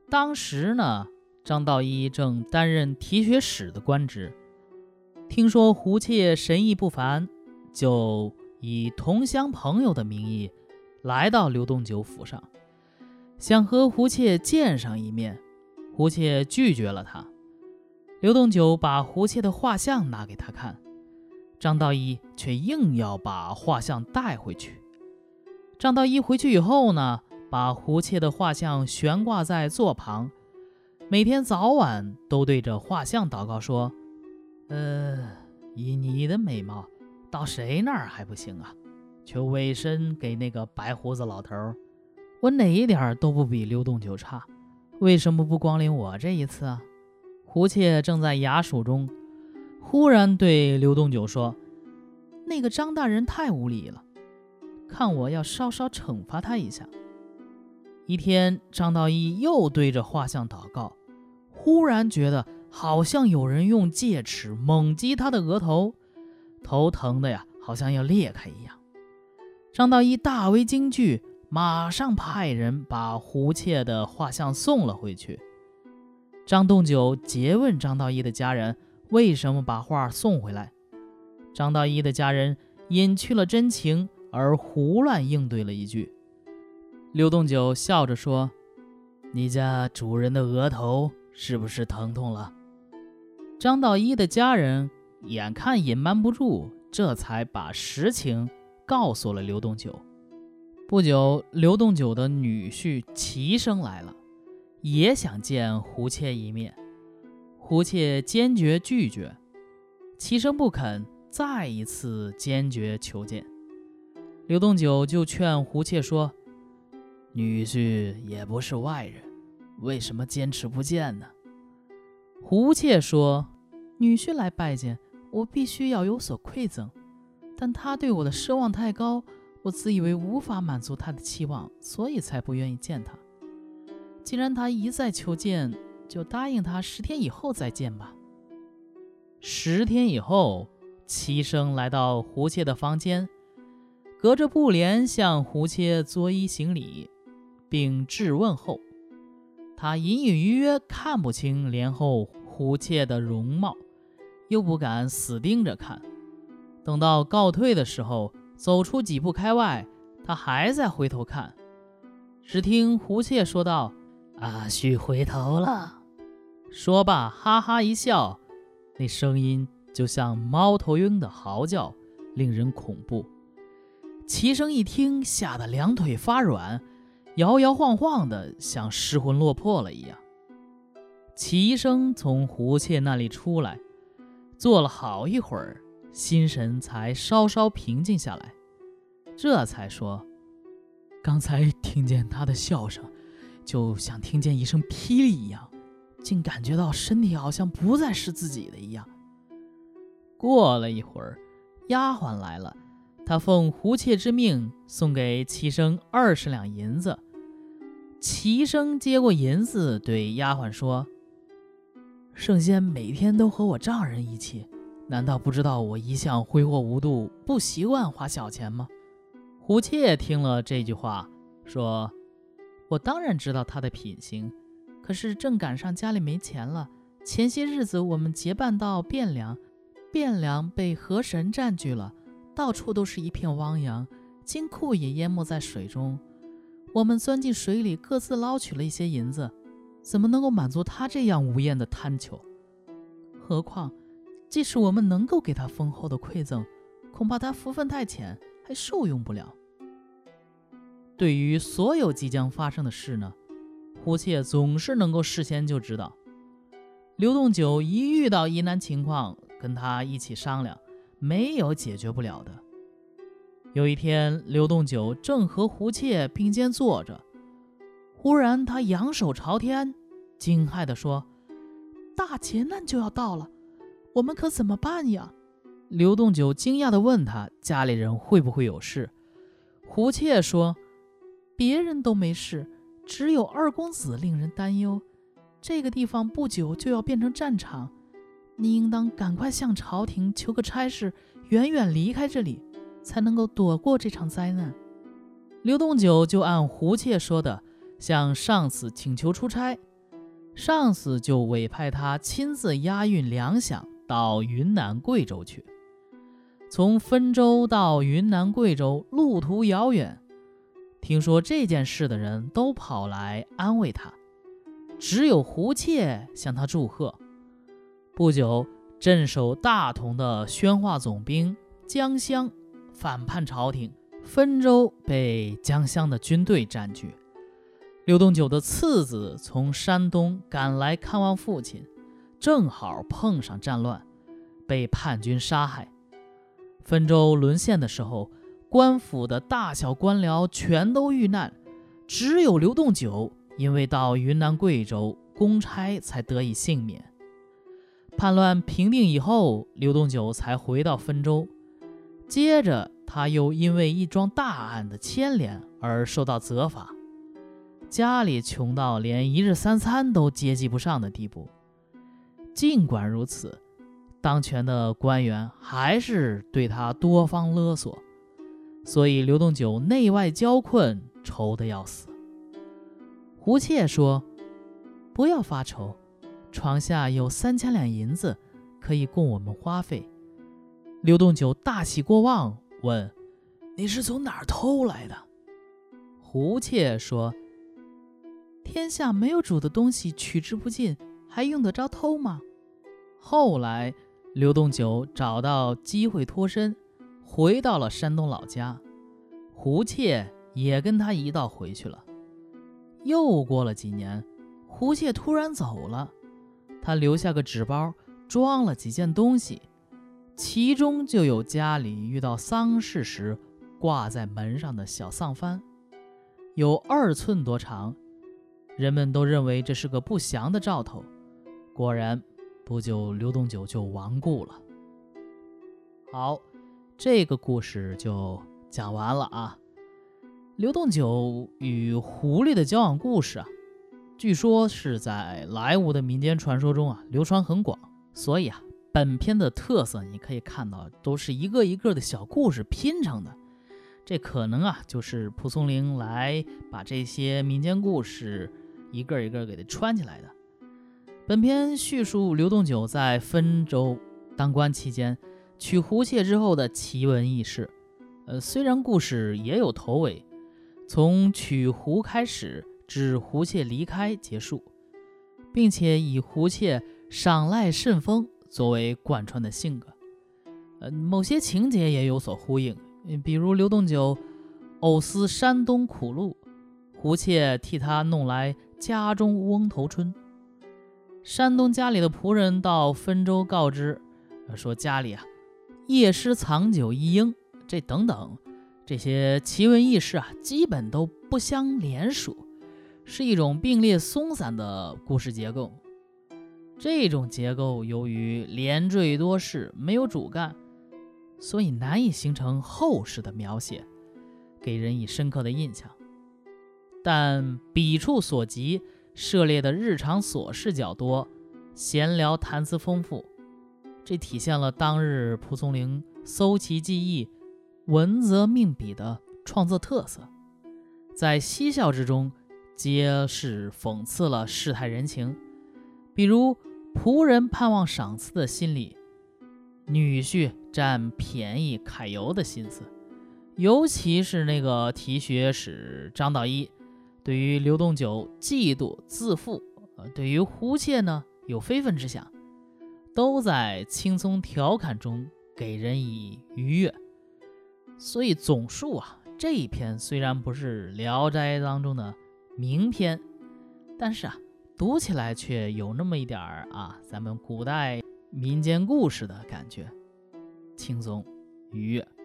当时呢，张道一正担任提学使的官职，听说胡切神意不凡，就以同乡朋友的名义来到刘东九府上，想和胡切见上一面。胡切拒绝了他。刘东九把胡切的画像拿给他看，张道一却硬要把画像带回去。张道一回去以后呢，把胡切的画像悬挂在座旁，每天早晚都对着画像祷告说：以你的美貌，到谁那儿还不行啊？求委身给那个白胡子老头，我哪一点都不比刘东九差，为什么不光临我这一次啊？胡切正在衙署中，忽然对刘东九说：那个张大人太无礼了，看我要稍稍惩罚他一下。一天，张道一又对着画像祷告，忽然觉得好像有人用戒尺猛击他的额头，头疼的呀，好像要裂开一样。张道一大为惊惧，马上派人把胡切的画像送了回去。张东九诘问张道一的家人为什么把画送回来，张道一的家人隐去了真情，而胡乱应对了一句。刘东九笑着说：你家主人的额头是不是疼痛了？张道一的家人眼看隐瞒不住，这才把实情告诉了刘东九。不久，刘东九的女婿齐生来了，也想见胡切一面。胡切坚决拒绝，齐生不肯，再一次坚决求见。刘东九就劝胡切说：女婿也不是外人，为什么坚持不见呢？胡切说：女婿来拜见，我必须要有所馈赠，但他对我的奢望太高，我自以为无法满足他的期望，所以才不愿意见他。既然他一再求见，就答应他10天以后再见吧。10天以后，齐生来到胡切的房间，隔着布帘向胡切作揖行礼，并质问后，他隐隐约约看不清帘后胡切的容貌，又不敢死盯着看。等到告退的时候，走出几步开外，他还在回头看。只听胡切说道：阿须回头了。说罢哈哈一笑，那声音就像猫头鹰的嚎叫，令人恐怖。齐生一听，吓得两腿发软，摇摇晃晃的，像失魂落魄了一样。齐生从胡切那里出来，坐了好一会儿，心神才稍稍平静下来，这才说：刚才听见他的笑声，就像听见一声霹雳一样，竟感觉到身体好像不再是自己的一样。过了一会儿，丫鬟来了，他奉胡切之命送给齐生20两银子。齐生接过银子，对丫鬟说：圣仙每天都和我丈人一起，难道不知道我一向挥霍无度，不习惯花小钱吗？胡切听了这句话，说：我当然知道他的品行，可是正赶上家里没钱了。前些日子我们结伴到汴梁，汴梁被河神占据了，到处都是一片汪洋，金库也淹没在水中。我们钻进水里，各自捞取了一些银子，怎么能够满足他这样无厌的贪求？何况即使我们能够给他丰厚的馈赠，恐怕他福分太浅，还受用不了。对于所有即将发生的事呢，胡切总是能够事先就知道。刘东九一遇到疑难情况，跟他一起商量，没有解决不了的。有一天，刘东九正和胡切并肩坐着，忽然他仰首朝天，惊骇地说：大劫难就要到了，我们可怎么办呀？刘东九惊讶地问他家里人会不会有事。胡切说：别人都没事，只有二公子令人担忧。这个地方不久就要变成战场，你应当赶快向朝廷求个差事，远远离开这里，才能够躲过这场灾难。刘东九就按胡切说的，向上司请求出差。 上司就委派他亲自押运粮饷到云南贵州去。从汾州到云南贵州路途遥远，听说这件事的人都跑来安慰他，只有胡切向他祝贺。不久，镇守大同的宣化总兵江襄反叛朝廷，汾州被江襄的军队占据。刘东九的次子从山东赶来看望父亲，正好碰上战乱，被叛军杀害。汾州沦陷的时候，官府的大小官僚全都遇难，只有刘东九因为到云南贵州公差才得以幸免。叛乱平定以后，刘东九才回到汾州。接着他又因为一桩大案的牵连而受到责罚，家里穷到连一日三餐都接济不上的地步。尽管如此，当权的官员还是对他多方勒索，所以刘东九内外交困，愁得要死。胡切说：“不要发愁，床下有3000两银子，可以供我们花费。”刘东九大喜过望，问：“你是从哪儿偷来的？”胡切说：“天下没有主的东西取之不尽，还用得着偷吗？”后来刘东九找到机会脱身，回到了山东老家，胡切也跟他一道回去了。又过了几年，胡切突然走了，他留下个纸包，装了几件东西，其中就有家里遇到丧事时挂在门上的小丧幡，有2寸多长，人们都认为这是个不祥的兆头。果然，不久刘东九就亡故了。好，这个故事就讲完了啊。刘东九与狐狸的交往故事啊，据说是在莱芜的民间传说中啊流传很广，所以啊，本片的特色你可以看到都是一个一个的小故事拼成的。这可能啊就是蒲松龄来把这些民间故事一个一个给它串起来的。本片叙述刘东九在汾州当官期间娶胡切之后的奇闻异事。虽然故事也有头尾，从娶胡开始至胡切离开结束，并且以胡切赏赖甚丰作为贯穿的性格。某些情节也有所呼应，比如刘东九偶思山东苦路，胡切替他弄来家中翁头春。山东家里的仆人到汾州告知，说家里夜失藏酒一应，这等等这些奇闻异事基本都不相连属，是一种并列松散的故事结构。这种结构由于连缀多事，没有主干，所以难以形成后世的描写，给人以深刻的印象。但笔触所及，涉猎的日常琐事较多，闲聊谈资丰富，这体现了当日蒲松龄搜其记忆，文则命笔的创作特色，在嬉笑之中皆是讽刺了世态人情，比如仆人盼望赏赐的心理，女婿占便宜揩油的心思，尤其是那个提学使张道一对于刘东九嫉妒自负，对于胡切呢有非分之想，都在轻松调侃中给人以愉悦。所以总数这一篇虽然不是聊斋当中的名篇，但是读起来却有那么一点咱们古代民间故事的感觉，轻松愉悦。